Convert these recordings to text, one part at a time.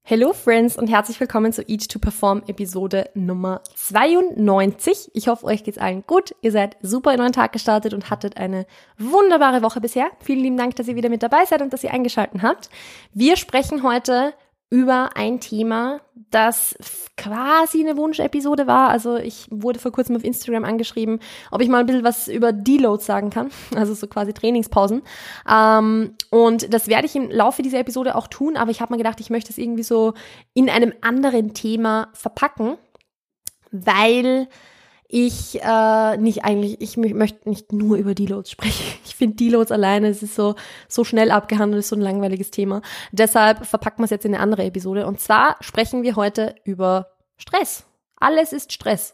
Hello Friends und herzlich willkommen zu Each to Perform Episode Nummer 92. Ich hoffe, euch geht's allen gut. Ihr seid super in euren Tag gestartet und hattet eine wunderbare Woche bisher. Vielen lieben Dank, dass ihr wieder mit dabei seid und dass ihr eingeschaltet habt. Wir sprechen heute über ein Thema, das quasi eine Wunschepisode war. Also ich wurde vor kurzem auf Instagram angeschrieben, ob ich mal ein bisschen was über Deloads sagen kann, also so quasi Trainingspausen. Und das werde ich im Laufe dieser Episode auch tun, aber ich habe mir gedacht, ich möchte es irgendwie so in einem anderen Thema verpacken, weil ich möchte nicht nur über Deloads sprechen. Ich finde Deloads alleine, es ist so schnell abgehandelt, ist so ein langweiliges Thema. Deshalb verpacken wir es jetzt in eine andere Episode. Und zwar sprechen wir heute über Stress. Alles ist Stress.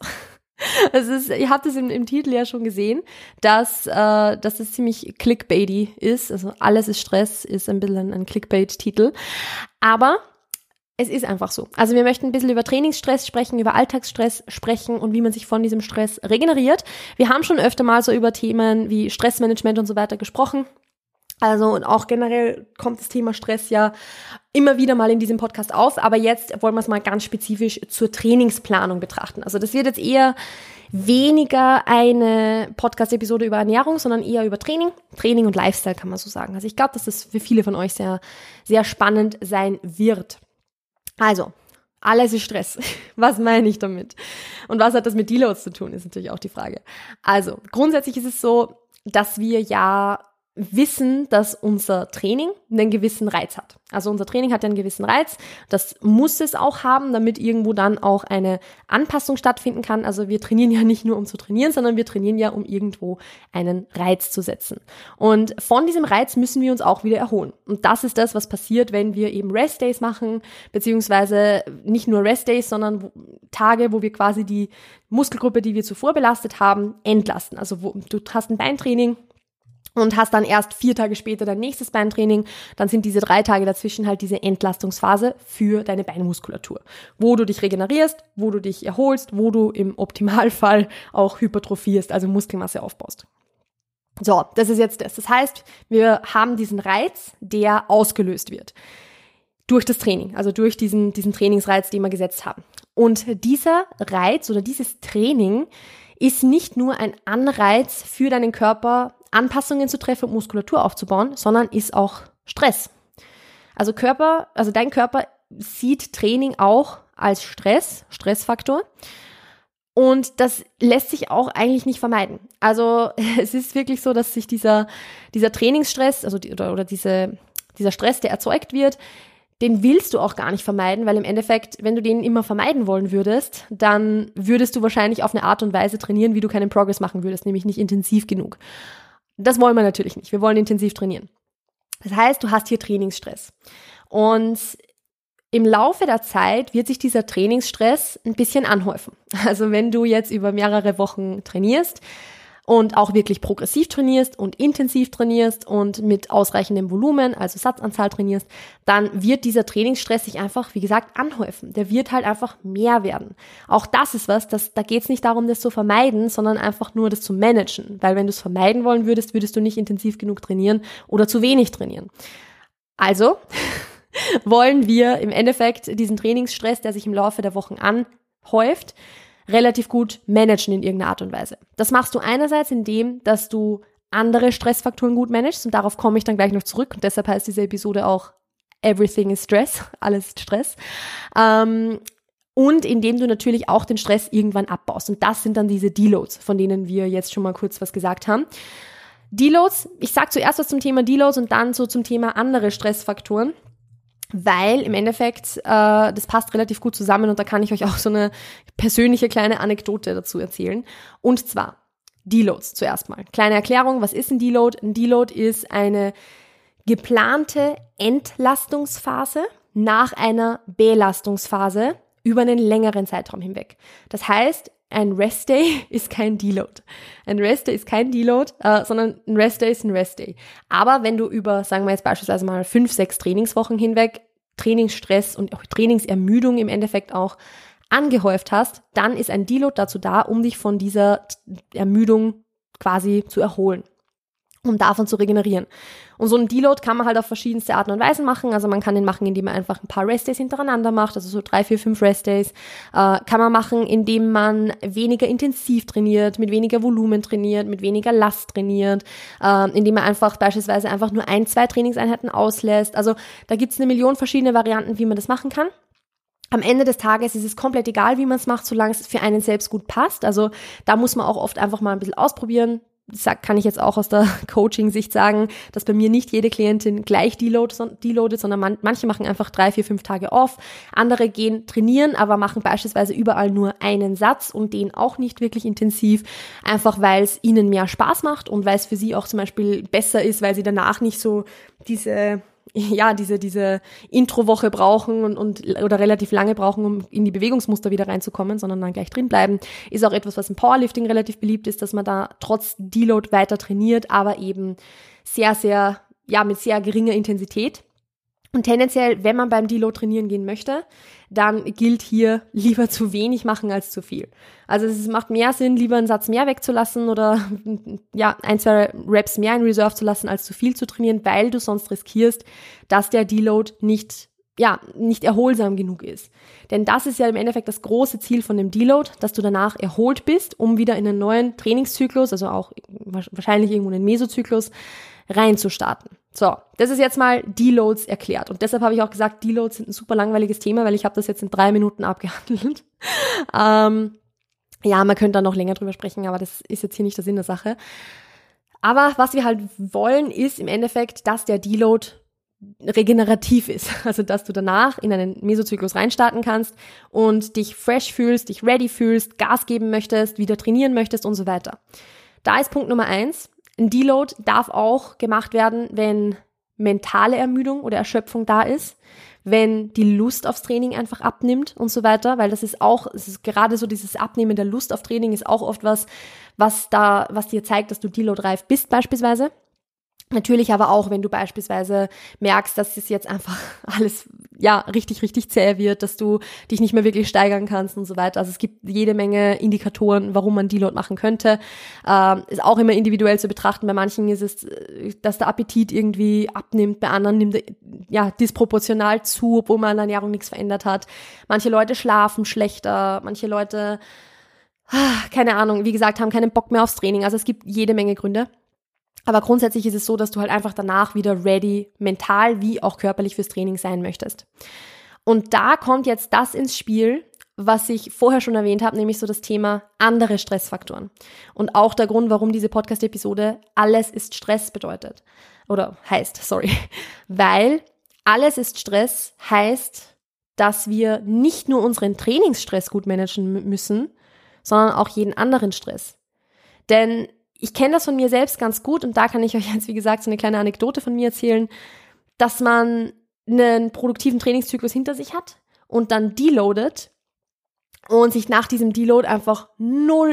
Ihr habt es im Titel ja schon gesehen, dass es ziemlich clickbaity ist. Also alles ist Stress, ist ein bisschen ein Clickbait-Titel. Aber es ist einfach so. Also wir möchten ein bisschen über Trainingsstress sprechen, über Alltagsstress sprechen und wie man sich von diesem Stress regeneriert. Wir haben schon öfter mal so über Themen wie Stressmanagement und so weiter gesprochen. Also und auch generell kommt das Thema Stress ja immer wieder mal in diesem Podcast auf. Aber jetzt wollen wir es mal ganz spezifisch zur Trainingsplanung betrachten. Also das wird jetzt eher weniger eine Podcast-Episode über Ernährung, sondern eher über Training und Lifestyle kann man so sagen. Also ich glaube, dass das für viele von euch sehr, sehr spannend sein wird. Also, alles ist Stress. Was meine ich damit? Und was hat das mit Deloads zu tun, ist natürlich auch die Frage. Also, grundsätzlich ist es so, dass wir ja wissen, dass unser Training einen gewissen Reiz hat. Also unser Training hat ja einen gewissen Reiz. Das muss es auch haben, damit irgendwo dann auch eine Anpassung stattfinden kann. Also wir trainieren ja nicht nur, um zu trainieren, sondern wir trainieren ja, um irgendwo einen Reiz zu setzen. Und von diesem Reiz müssen wir uns auch wieder erholen. Und das ist das, was passiert, wenn wir eben Rest-Days machen, beziehungsweise nicht nur Rest-Days, sondern Tage, wo wir quasi die Muskelgruppe, die wir zuvor belastet haben, entlasten. Also du hast ein Beintraining und hast dann erst 4 Tage später dein nächstes Beintraining, dann sind diese 3 Tage dazwischen halt diese Entlastungsphase für deine Beinmuskulatur, wo du dich regenerierst, wo du dich erholst, wo du im Optimalfall auch hypertrophierst, also Muskelmasse aufbaust. So, das ist jetzt das. Das heißt, wir haben diesen Reiz, der ausgelöst wird durch das Training, also durch diesen Trainingsreiz, den wir gesetzt haben. Und dieser Reiz oder dieses Training ist nicht nur ein Anreiz für deinen Körper, Anpassungen zu treffen und Muskulatur aufzubauen, sondern ist auch Stress. Also dein Körper sieht Training auch als Stressfaktor. Und das lässt sich auch eigentlich nicht vermeiden. Also es ist wirklich so, dass sich dieser Trainingsstress, also dieser Stress, der erzeugt wird, den willst du auch gar nicht vermeiden, weil im Endeffekt, wenn du den immer vermeiden wollen würdest, dann würdest du wahrscheinlich auf eine Art und Weise trainieren, wie du keinen Progress machen würdest, nämlich nicht intensiv genug. Das wollen wir natürlich nicht. Wir wollen intensiv trainieren. Das heißt, du hast hier Trainingsstress. Und im Laufe der Zeit wird sich dieser Trainingsstress ein bisschen anhäufen. Also wenn du jetzt über mehrere Wochen trainierst und auch wirklich progressiv trainierst und intensiv trainierst und mit ausreichendem Volumen, also Satzanzahl trainierst, dann wird dieser Trainingsstress sich einfach, wie gesagt, anhäufen. Der wird halt einfach mehr werden. Auch das ist was, da geht es nicht darum, das zu vermeiden, sondern einfach nur das zu managen. Weil wenn du es vermeiden wollen würdest, würdest du nicht intensiv genug trainieren oder zu wenig trainieren. Also wollen wir im Endeffekt diesen Trainingsstress, der sich im Laufe der Wochen anhäuft, relativ gut managen in irgendeiner Art und Weise. Das machst du einerseits, indem, dass du andere Stressfaktoren gut managst und darauf komme ich dann gleich noch zurück und deshalb heißt diese Episode auch Everything is Stress, alles ist Stress. Und indem du natürlich auch den Stress irgendwann abbaust und das sind dann diese Deloads, von denen wir jetzt schon mal kurz was gesagt haben. Deloads, ich sage zuerst was zum Thema Deloads und dann so zum Thema andere Stressfaktoren. Weil im Endeffekt, das passt relativ gut zusammen und da kann ich euch auch so eine persönliche kleine Anekdote dazu erzählen. Und zwar Deloads zuerst mal. Kleine Erklärung, was ist ein Deload? Ein Deload ist eine geplante Entlastungsphase nach einer Belastungsphase über einen längeren Zeitraum hinweg. Das heißt, ein Rest-Day ist kein Deload. Ein Rest-Day ist kein Deload, sondern ein Rest-Day ist ein Rest-Day. Aber wenn du über, sagen wir jetzt beispielsweise mal 5-6 Trainingswochen hinweg Trainingsstress und auch Trainingsermüdung im Endeffekt auch angehäuft hast, dann ist ein Deload dazu da, um dich von dieser Ermüdung quasi zu erholen. um davon zu regenerieren. Und so ein Deload kann man halt auf verschiedenste Arten und Weisen machen. Also man kann den machen, indem man einfach ein paar Restdays hintereinander macht, also so 3, 4, 5 Restdays. Kann man machen, indem man weniger intensiv trainiert, mit weniger Volumen trainiert, mit weniger Last trainiert, indem man einfach beispielsweise einfach nur 1, 2 Trainingseinheiten auslässt. Also da gibt's eine Million verschiedene Varianten, wie man das machen kann. Am Ende des Tages ist es komplett egal, wie man es macht, solange es für einen selbst gut passt. Also da muss man auch oft einfach mal ein bisschen ausprobieren. Das kann ich jetzt auch aus der Coaching-Sicht sagen, dass bei mir nicht jede Klientin gleich deloadet, sondern manche machen einfach 3, 4, 5 Tage off. Andere gehen trainieren, aber machen beispielsweise überall nur einen Satz und den auch nicht wirklich intensiv, einfach weil es ihnen mehr Spaß macht und weil es für sie auch zum Beispiel besser ist, weil sie danach nicht so diese Intro-Woche brauchen oder relativ lange brauchen, um in die Bewegungsmuster wieder reinzukommen, sondern dann gleich drin bleiben. Ist auch etwas, was im Powerlifting relativ beliebt ist, dass man da trotz Deload weiter trainiert, aber eben sehr, sehr, mit sehr geringer Intensität. Und tendenziell, wenn man beim Deload trainieren gehen möchte, dann gilt hier lieber zu wenig machen als zu viel. Also es macht mehr Sinn, lieber einen Satz mehr wegzulassen oder 1, 2 Reps mehr in Reserve zu lassen, als zu viel zu trainieren, weil du sonst riskierst, dass der Deload nicht erholsam genug ist. Denn das ist ja im Endeffekt das große Ziel von dem Deload, dass du danach erholt bist, um wieder in einen neuen Trainingszyklus, also auch wahrscheinlich irgendwo einen Mesozyklus, reinzustarten. So, das ist jetzt mal Deloads erklärt. Und deshalb habe ich auch gesagt, Deloads sind ein super langweiliges Thema, weil ich habe das jetzt in 3 Minuten abgehandelt. Man könnte da noch länger drüber sprechen, aber das ist jetzt hier nicht der Sinn der Sache. Aber was wir halt wollen, ist im Endeffekt, dass der Deload regenerativ ist. Also, dass du danach in einen Mesozyklus reinstarten kannst und dich fresh fühlst, dich ready fühlst, Gas geben möchtest, wieder trainieren möchtest und so weiter. Da ist Punkt Nummer 1. Ein Deload darf auch gemacht werden, wenn mentale Ermüdung oder Erschöpfung da ist, wenn die Lust aufs Training einfach abnimmt und so weiter, weil es ist gerade so dieses Abnehmen der Lust auf Training ist auch oft was dir zeigt, dass du Deload-reif bist beispielsweise. Natürlich aber auch, wenn du beispielsweise merkst, dass es jetzt einfach alles richtig, richtig zäh wird, dass du dich nicht mehr wirklich steigern kannst und so weiter. Also es gibt jede Menge Indikatoren, warum man Deload machen könnte. Ist auch immer individuell zu betrachten. Bei manchen ist es, dass der Appetit irgendwie abnimmt, bei anderen nimmt er disproportional zu, obwohl man an der Ernährung nichts verändert hat. Manche Leute schlafen schlechter, manche Leute, keine Ahnung, wie gesagt, haben keinen Bock mehr aufs Training. Also es gibt jede Menge Gründe. Aber grundsätzlich ist es so, dass du halt einfach danach wieder ready, mental wie auch körperlich fürs Training sein möchtest. Und da kommt jetzt das ins Spiel, was ich vorher schon erwähnt habe, nämlich so das Thema andere Stressfaktoren. Und auch der Grund, warum diese Podcast-Episode Alles ist Stress bedeutet. Oder heißt, Weil alles ist Stress heißt, dass wir nicht nur unseren Trainingsstress gut managen müssen, sondern auch jeden anderen Stress. Denn ich kenne das von mir selbst ganz gut und da kann ich euch jetzt, wie gesagt, so eine kleine Anekdote von mir erzählen, dass man einen produktiven Trainingszyklus hinter sich hat und dann deloadet und sich nach diesem Deload einfach null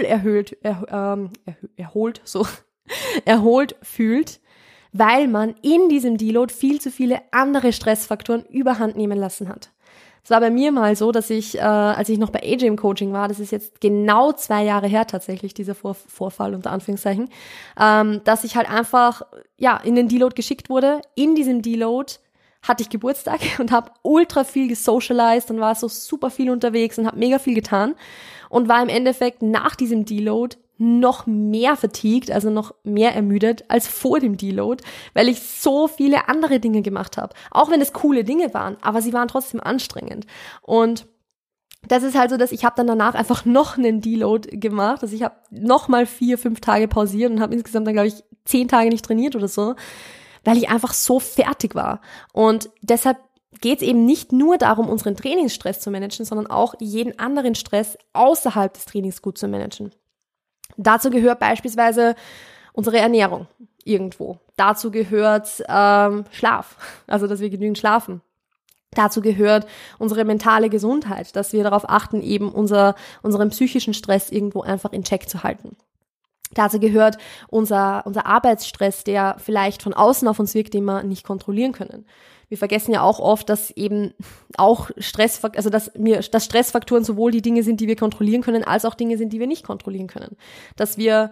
erholt fühlt, weil man in diesem Deload viel zu viele andere Stressfaktoren überhand nehmen lassen hat. Es war bei mir mal so, dass ich, als ich noch bei AJ im Coaching war, das ist jetzt genau 2 Jahre her tatsächlich, dieser Vorfall unter Anführungszeichen, dass ich halt einfach in den Deload geschickt wurde. In diesem Deload hatte ich Geburtstag und habe ultra viel gesocialized und war so super viel unterwegs und habe mega viel getan und war im Endeffekt nach diesem Deload noch mehr fatigued, also noch mehr ermüdet als vor dem Deload, weil ich so viele andere Dinge gemacht habe. Auch wenn es coole Dinge waren, aber sie waren trotzdem anstrengend. Und das ist halt so, dass ich habe dann danach einfach noch einen Deload gemacht. Also ich habe nochmal 4, 5 Tage pausiert und habe insgesamt dann, glaube ich, 10 Tage nicht trainiert oder so, weil ich einfach so fertig war. Und deshalb geht es eben nicht nur darum, unseren Trainingsstress zu managen, sondern auch jeden anderen Stress außerhalb des Trainings gut zu managen. Dazu gehört beispielsweise unsere Ernährung irgendwo. Dazu gehört Schlaf, also dass wir genügend schlafen. Dazu gehört unsere mentale Gesundheit, dass wir darauf achten, eben unseren psychischen Stress irgendwo einfach in Check zu halten. Dazu gehört unser Arbeitsstress, der vielleicht von außen auf uns wirkt, den wir nicht kontrollieren können. Wir vergessen ja auch oft, dass eben auch dass Stressfaktoren sowohl die Dinge sind, die wir kontrollieren können, als auch Dinge sind, die wir nicht kontrollieren können. Dass wir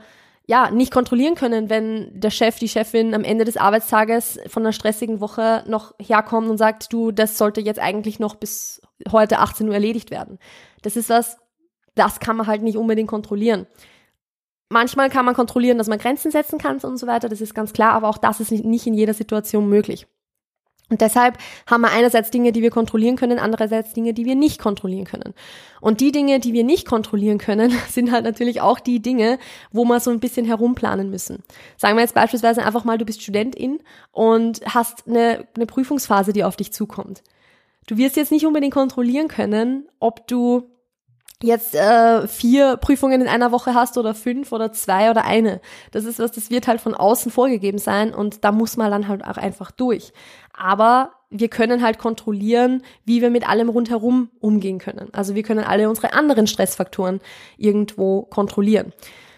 nicht kontrollieren können, wenn der Chef, die Chefin am Ende des Arbeitstages von einer stressigen Woche noch herkommt und sagt, du, das sollte jetzt eigentlich noch bis heute 18 Uhr erledigt werden. Das ist was, das kann man halt nicht unbedingt kontrollieren. Manchmal kann man kontrollieren, dass man Grenzen setzen kann und so weiter, das ist ganz klar, aber auch das ist nicht in jeder Situation möglich. Und deshalb haben wir einerseits Dinge, die wir kontrollieren können, andererseits Dinge, die wir nicht kontrollieren können. Und die Dinge, die wir nicht kontrollieren können, sind halt natürlich auch die Dinge, wo wir so ein bisschen herumplanen müssen. Sagen wir jetzt beispielsweise einfach mal, du bist Studentin und hast eine Prüfungsphase, die auf dich zukommt. Du wirst jetzt nicht unbedingt kontrollieren können, ob du jetzt 4 Prüfungen in einer Woche hast oder 5 oder 2 oder eine. Das ist was, das wird halt von außen vorgegeben sein und da muss man dann halt auch einfach durch. Aber wir können halt kontrollieren, wie wir mit allem rundherum umgehen können. Also wir können alle unsere anderen Stressfaktoren irgendwo kontrollieren.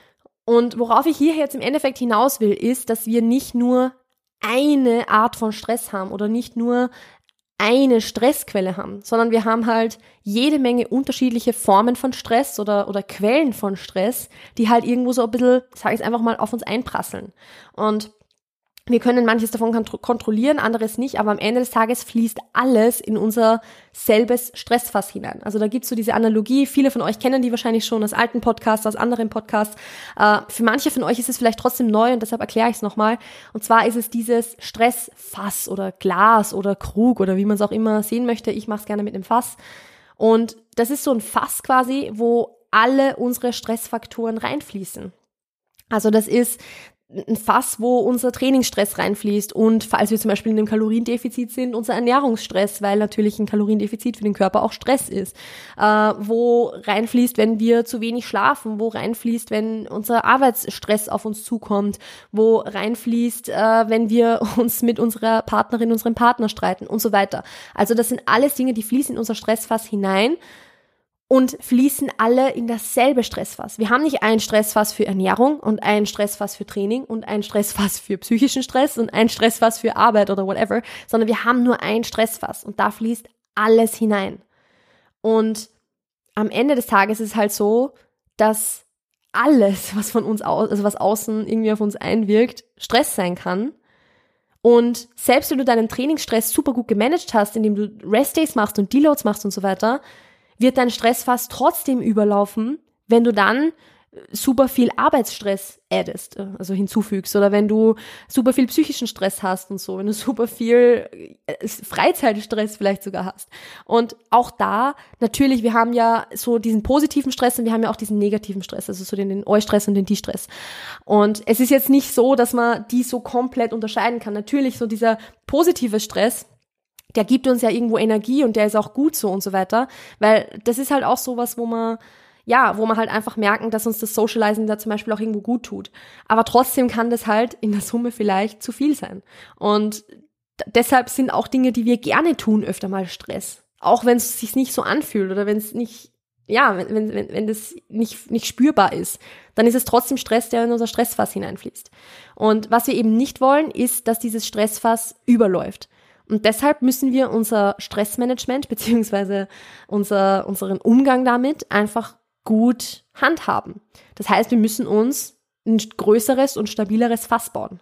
Und worauf ich hier jetzt im Endeffekt hinaus will, ist, dass wir nicht nur eine Art von Stress haben oder nicht nur eine Stressquelle haben, sondern wir haben halt jede Menge unterschiedliche Formen von Stress oder Quellen von Stress, die halt irgendwo so ein bisschen, sage ich es einfach mal, auf uns einprasseln. Und wir können manches davon kontrollieren, anderes nicht, aber am Ende des Tages fließt alles in unser selbes Stressfass hinein. Also da gibt's so diese Analogie, viele von euch kennen die wahrscheinlich schon aus alten Podcasts, aus anderen Podcasts. Für manche von euch ist es vielleicht trotzdem neu und deshalb erkläre ich es nochmal. Und zwar ist es dieses Stressfass oder Glas oder Krug oder wie man es auch immer sehen möchte. Ich mache es gerne mit einem Fass. Und das ist so ein Fass quasi, wo alle unsere Stressfaktoren reinfließen. Also das ist ein Fass, wo unser Trainingsstress reinfließt und falls wir zum Beispiel in einem Kaloriendefizit sind, unser Ernährungsstress, weil natürlich ein Kaloriendefizit für den Körper auch Stress ist, wo reinfließt, wenn wir zu wenig schlafen, wo reinfließt, wenn unser Arbeitsstress auf uns zukommt, wo reinfließt, wenn wir uns mit unserer Partnerin, unserem Partner streiten und so weiter. Also das sind alles Dinge, die fließen in unser Stressfass hinein und fließen alle in dasselbe Stressfass. Wir haben nicht ein Stressfass für Ernährung und ein Stressfass für Training und ein Stressfass für psychischen Stress und ein Stressfass für Arbeit oder whatever, sondern wir haben nur ein Stressfass und da fließt alles hinein. Und am Ende des Tages ist es halt so, dass alles, was von uns aus, also was außen irgendwie auf uns einwirkt, Stress sein kann. Und selbst wenn du deinen Trainingsstress super gut gemanagt hast, indem du Restdays machst und Deloads machst und so weiter, wird dein Stressfass trotzdem überlaufen, wenn du dann super viel Arbeitsstress addest, also hinzufügst, oder wenn du super viel psychischen Stress hast und so, wenn du super viel Freizeitstress vielleicht sogar hast. Und auch da, natürlich, wir haben ja so diesen positiven Stress und wir haben ja auch diesen negativen Stress, also so den Eu-Stress und den Die-Stress. Und es ist jetzt nicht so, dass man die so komplett unterscheiden kann. Natürlich, so dieser positive Stress, der gibt uns ja irgendwo Energie und der ist auch gut so und so weiter, weil das ist halt auch sowas, wo man halt einfach merken, dass uns das Socializing da zum Beispiel auch irgendwo gut tut. Aber trotzdem kann das halt in der Summe vielleicht zu viel sein. Und deshalb sind auch Dinge, die wir gerne tun, öfter mal Stress. Auch wenn es sich nicht so anfühlt oder wenn es nicht, wenn das nicht spürbar ist, dann ist es trotzdem Stress, der in unser Stressfass hineinfließt. Und was wir eben nicht wollen, ist, dass dieses Stressfass überläuft. Und deshalb müssen wir unser Stressmanagement beziehungsweise unseren Umgang damit einfach gut handhaben. Das heißt, wir müssen uns ein größeres und stabileres Fass bauen.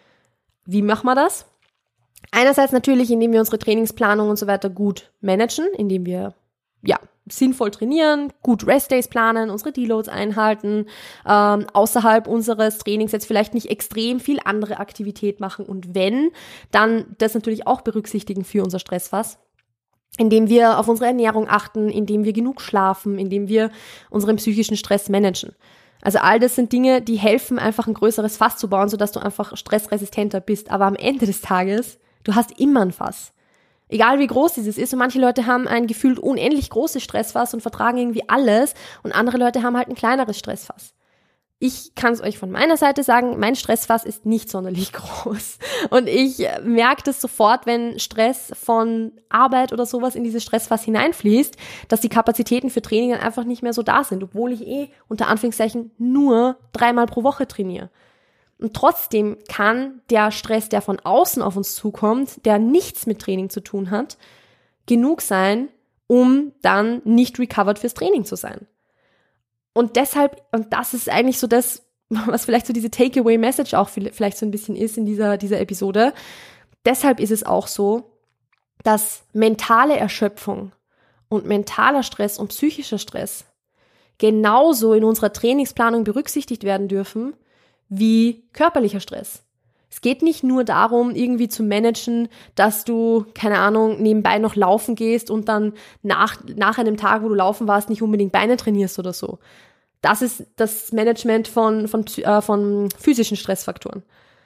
Wie machen wir das? Einerseits natürlich, indem wir unsere Trainingsplanung und so weiter gut managen, indem wir sinnvoll trainieren, gut Restdays planen, unsere Deloads einhalten, außerhalb unseres Trainings jetzt vielleicht nicht extrem viel andere Aktivität machen und wenn, dann das natürlich auch berücksichtigen für unser Stressfass, indem wir auf unsere Ernährung achten, indem wir genug schlafen, indem wir unseren psychischen Stress managen. Also all das sind Dinge, die helfen, einfach ein größeres Fass zu bauen, sodass du einfach stressresistenter bist. Aber am Ende des Tages, du hast immer ein Fass. Egal wie groß dieses ist. Und manche Leute haben ein gefühlt unendlich großes Stressfass und vertragen irgendwie alles. Und andere Leute haben halt ein kleineres Stressfass. Ich kann es euch von meiner Seite sagen, mein Stressfass ist nicht sonderlich groß. Und ich merke das sofort, wenn Stress von Arbeit oder sowas in dieses Stressfass hineinfließt, dass die Kapazitäten für Training dann einfach nicht mehr so da sind, obwohl ich unter Anführungszeichen nur 3-mal pro Woche trainiere. Und trotzdem kann der Stress, der von außen auf uns zukommt, der nichts mit Training zu tun hat, genug sein, um dann nicht recovered fürs Training zu sein. Und deshalb, und das ist eigentlich so das, was vielleicht so diese Takeaway-Message auch vielleicht so ein bisschen ist in dieser Episode. Deshalb ist es auch so, dass mentale Erschöpfung und mentaler Stress und psychischer Stress genauso in unserer Trainingsplanung berücksichtigt werden dürfen wie körperlicher Stress. Es geht nicht nur darum, irgendwie zu managen, dass du, keine Ahnung, nebenbei noch laufen gehst und dann nach einem Tag, wo du laufen warst, nicht unbedingt Beine trainierst oder so. Das ist das Management von physischen Stressfaktoren.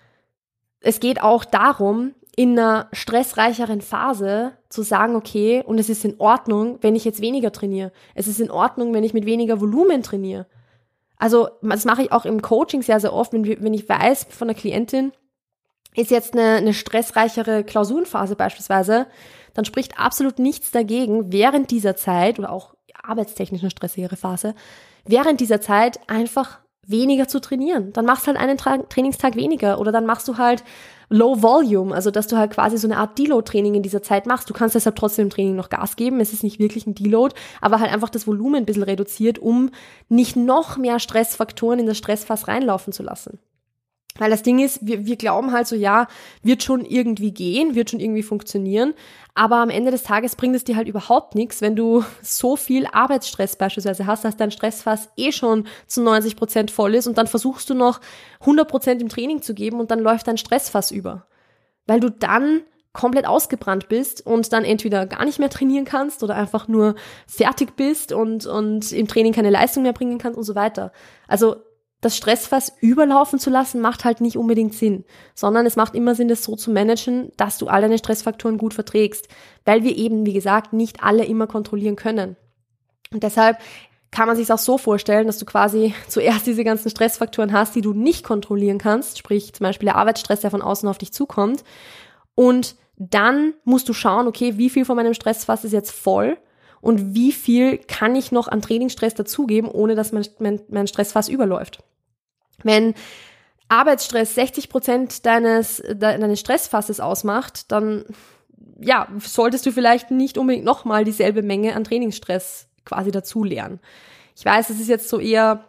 Es geht auch darum, in einer stressreicheren Phase zu sagen, okay, und es ist in Ordnung, wenn ich jetzt weniger trainiere. Es ist in Ordnung, wenn ich mit weniger Volumen trainiere. Also das mache ich auch im Coaching sehr, sehr oft, wenn ich weiß von der Klientin, ist jetzt eine stressreichere Klausurenphase beispielsweise, dann spricht absolut nichts dagegen, während dieser Zeit oder auch arbeitstechnisch eine stressigere Phase, während dieser Zeit einfach weniger zu trainieren. Dann machst du halt einen Trainingstag weniger oder dann machst du halt Low Volume, also dass du halt quasi so eine Art Deload-Training in dieser Zeit machst. Du kannst deshalb trotzdem im Training noch Gas geben, es ist nicht wirklich ein Deload, aber halt einfach das Volumen ein bisschen reduziert, um nicht noch mehr Stressfaktoren in das Stressfass reinlaufen zu lassen. Weil das Ding ist, wir glauben halt so, ja, wird schon irgendwie gehen, wird schon irgendwie funktionieren, aber am Ende des Tages bringt es dir halt überhaupt nichts, wenn du so viel Arbeitsstress beispielsweise hast, dass dein Stressfass schon zu 90% voll ist und dann versuchst du noch 100% im Training zu geben und dann läuft dein Stressfass über. Weil du dann komplett ausgebrannt bist und dann entweder gar nicht mehr trainieren kannst oder einfach nur fertig bist und im Training keine Leistung mehr bringen kannst und so weiter. Also das Stressfass überlaufen zu lassen, macht halt nicht unbedingt Sinn, sondern es macht immer Sinn, das so zu managen, dass du all deine Stressfaktoren gut verträgst, weil wir eben, wie gesagt, nicht alle immer kontrollieren können. Und deshalb kann man sich auch so vorstellen, dass du quasi zuerst diese ganzen Stressfaktoren hast, die du nicht kontrollieren kannst, sprich zum Beispiel der Arbeitsstress, der von außen auf dich zukommt, und dann musst du schauen, okay, wie viel von meinem Stressfass ist jetzt voll und wie viel kann ich noch an Trainingsstress dazugeben, ohne dass mein Stressfass überläuft. Wenn Arbeitsstress 60% deines Stressfasses ausmacht, dann ja, solltest du vielleicht nicht unbedingt nochmal dieselbe Menge an Trainingsstress quasi dazu lernen. Ich weiß, es ist jetzt so ist eher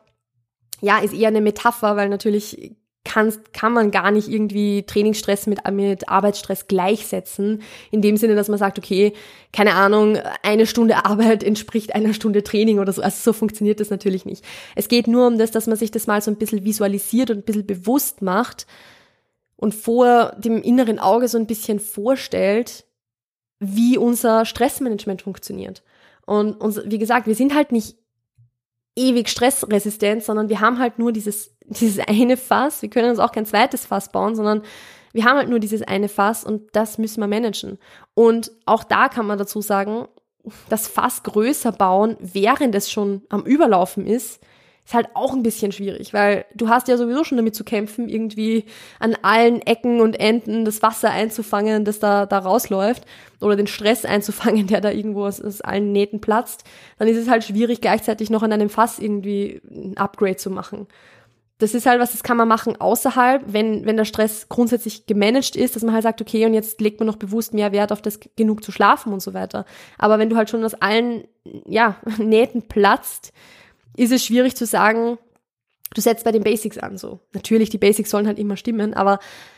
eine Metapher, weil natürlich kann man gar nicht irgendwie Trainingsstress mit Arbeitsstress gleichsetzen, in dem Sinne, dass man sagt, okay, keine Ahnung, 1 Stunde Arbeit entspricht 1 Stunde Training oder so. Also so funktioniert das natürlich nicht. Es geht nur um das, dass man sich das mal so ein bisschen visualisiert und ein bisschen bewusst macht und vor dem inneren Auge so ein bisschen vorstellt, wie unser Stressmanagement funktioniert. Und wie gesagt, wir sind halt nicht ewig stressresistent, sondern wir haben halt nur dieses eine Fass. Wir können uns auch kein zweites Fass bauen, sondern wir haben halt nur dieses eine Fass und das müssen wir managen. Und auch da kann man dazu sagen, das Fass größer bauen, während es schon am Überlaufen ist halt auch ein bisschen schwierig, weil du hast ja sowieso schon damit zu kämpfen, irgendwie an allen Ecken und Enden das Wasser einzufangen, das da rausläuft, oder den Stress einzufangen, der da irgendwo aus allen Nähten platzt. Dann ist es halt schwierig, gleichzeitig noch an einem Fass irgendwie ein Upgrade zu machen. Das ist halt was, das kann man machen außerhalb, wenn der Stress grundsätzlich gemanagt ist, dass man halt sagt, okay, und jetzt legt man noch bewusst mehr Wert auf das, genug zu schlafen und so weiter. Aber wenn du halt schon aus allen Nähten platzt, ist es schwierig zu sagen, du setzt bei den Basics an, so. Natürlich, die Basics sollen halt immer stimmen, aber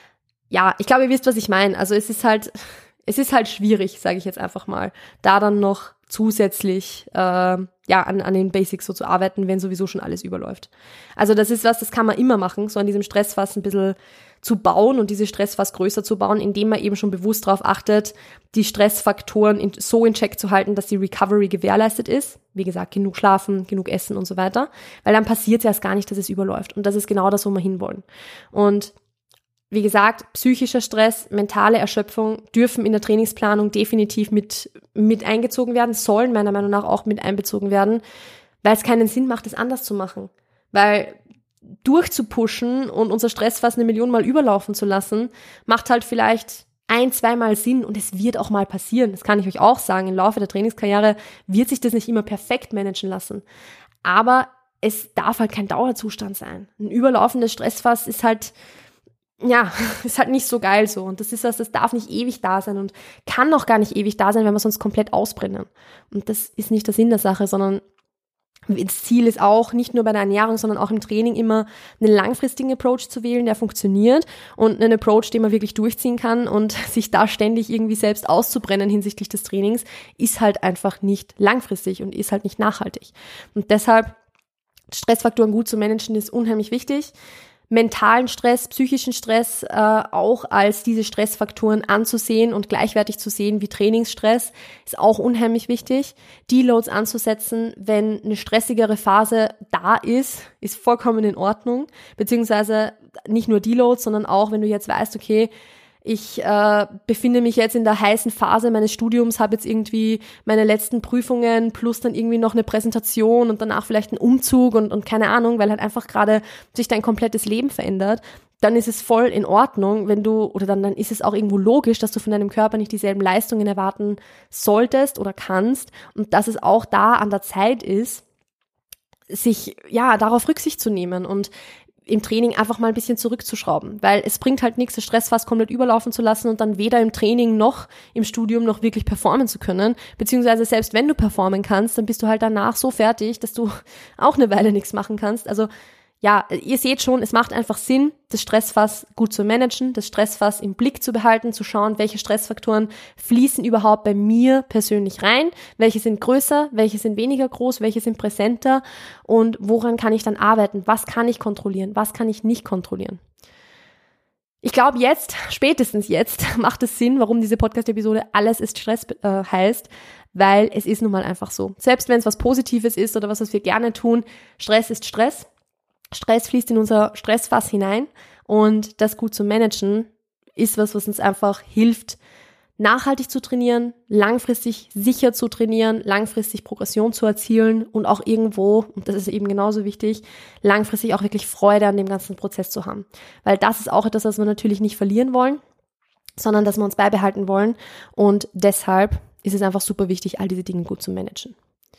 ja, ich glaube, ihr wisst, was ich meine. Also es ist halt schwierig, sage ich jetzt einfach mal, da dann noch zusätzlich an den Basics so zu arbeiten, wenn sowieso schon alles überläuft. Also das ist was, das kann man immer machen, so an diesem Stressfass ein bisschen zu bauen und diese Stressfass größer zu bauen, indem man eben schon bewusst darauf achtet, die Stressfaktoren so in Check zu halten, dass die Recovery gewährleistet ist. Wie gesagt, genug schlafen, genug essen und so weiter. Weil dann passiert es erst gar nicht, dass es überläuft. Und das ist genau das, wo wir hinwollen. Und wie gesagt, psychischer Stress, mentale Erschöpfung dürfen in der Trainingsplanung definitiv mit eingezogen werden, sollen meiner Meinung nach auch mit einbezogen werden, weil es keinen Sinn macht, es anders zu machen. Weil durchzupushen und unser Stressfass 1 Million Mal überlaufen zu lassen, macht halt vielleicht 1-2 Mal Sinn und es wird auch mal passieren. Das kann ich euch auch sagen. Im Laufe der Trainingskarriere wird sich das nicht immer perfekt managen lassen. Aber es darf halt kein Dauerzustand sein. Ein überlaufendes Stressfass ist halt nicht so geil so. Und das ist was, das darf nicht ewig da sein und kann auch gar nicht ewig da sein, wenn wir sonst komplett ausbrennen. Und das ist nicht der Sinn der Sache, sondern Das Ziel ist auch, nicht nur bei der Ernährung, sondern auch im Training immer einen langfristigen Approach zu wählen, der funktioniert und einen Approach, den man wirklich durchziehen kann, und sich da ständig irgendwie selbst auszubrennen hinsichtlich des Trainings, ist halt einfach nicht langfristig und ist halt nicht nachhaltig. Und deshalb Stressfaktoren gut zu managen ist unheimlich wichtig. Mentalen Stress, psychischen Stress auch als diese Stressfaktoren anzusehen und gleichwertig zu sehen wie Trainingsstress ist auch unheimlich wichtig. Deloads anzusetzen, wenn eine stressigere Phase da ist vollkommen in Ordnung. Beziehungsweise nicht nur Deloads, sondern auch, wenn du jetzt weißt, okay, ich befinde mich jetzt in der heißen Phase meines Studiums, habe jetzt irgendwie meine letzten Prüfungen plus dann irgendwie noch eine Präsentation und danach vielleicht einen Umzug und keine Ahnung, weil halt einfach gerade sich dein komplettes Leben verändert, dann ist es voll in Ordnung, wenn du, oder dann ist es auch irgendwo logisch, dass du von deinem Körper nicht dieselben Leistungen erwarten solltest oder kannst, und dass es auch da an der Zeit ist, sich, ja, darauf Rücksicht zu nehmen und im Training einfach mal ein bisschen zurückzuschrauben, weil es bringt halt nichts, das Stressfass komplett überlaufen zu lassen und dann weder im Training noch im Studium noch wirklich performen zu können, beziehungsweise selbst wenn du performen kannst, dann bist du halt danach so fertig, dass du auch eine Weile nichts machen kannst. Also ja, ihr seht schon, es macht einfach Sinn, das Stressfass gut zu managen, das Stressfass im Blick zu behalten, zu schauen, welche Stressfaktoren fließen überhaupt bei mir persönlich rein, welche sind größer, welche sind weniger groß, welche sind präsenter und woran kann ich dann arbeiten, was kann ich kontrollieren, was kann ich nicht kontrollieren. Ich glaube jetzt, spätestens jetzt, macht es Sinn, warum diese Podcast-Episode Alles ist Stress heißt, weil es ist nun mal einfach so. Selbst wenn es was Positives ist oder was wir gerne tun, Stress ist Stress. Stress fließt in unser Stressfass hinein und das gut zu managen ist was uns einfach hilft, nachhaltig zu trainieren, langfristig sicher zu trainieren, langfristig Progression zu erzielen und auch irgendwo, und das ist eben genauso wichtig, langfristig auch wirklich Freude an dem ganzen Prozess zu haben. Weil das ist auch etwas, was wir natürlich nicht verlieren wollen, sondern das wir uns beibehalten wollen, und deshalb ist es einfach super wichtig, all diese Dinge gut zu managen.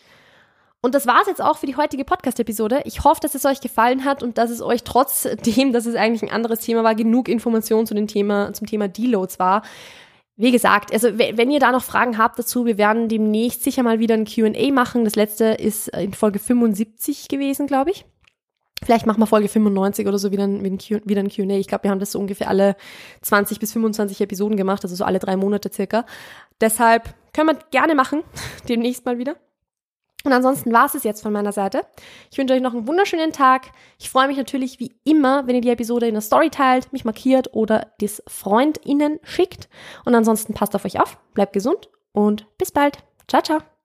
Und das war's jetzt auch für die heutige Podcast-Episode. Ich hoffe, dass es euch gefallen hat und dass es euch trotzdem, dass es eigentlich ein anderes Thema war, genug Informationen zum Thema Deloads war. Wie gesagt, also wenn ihr da noch Fragen habt dazu, wir werden demnächst sicher mal wieder ein Q&A machen. Das letzte ist in Folge 75 gewesen, glaube ich. Vielleicht machen wir Folge 95 oder so wieder ein Q&A. Ich glaube, wir haben das so ungefähr alle 20 bis 25 Episoden gemacht, also so alle 3 Monate circa. Deshalb können wir gerne machen, demnächst mal wieder. Und ansonsten war es jetzt von meiner Seite. Ich wünsche euch noch einen wunderschönen Tag. Ich freue mich natürlich wie immer, wenn ihr die Episode in der Story teilt, mich markiert oder das FreundInnen schickt. Und ansonsten passt auf euch auf, bleibt gesund und bis bald. Ciao, ciao.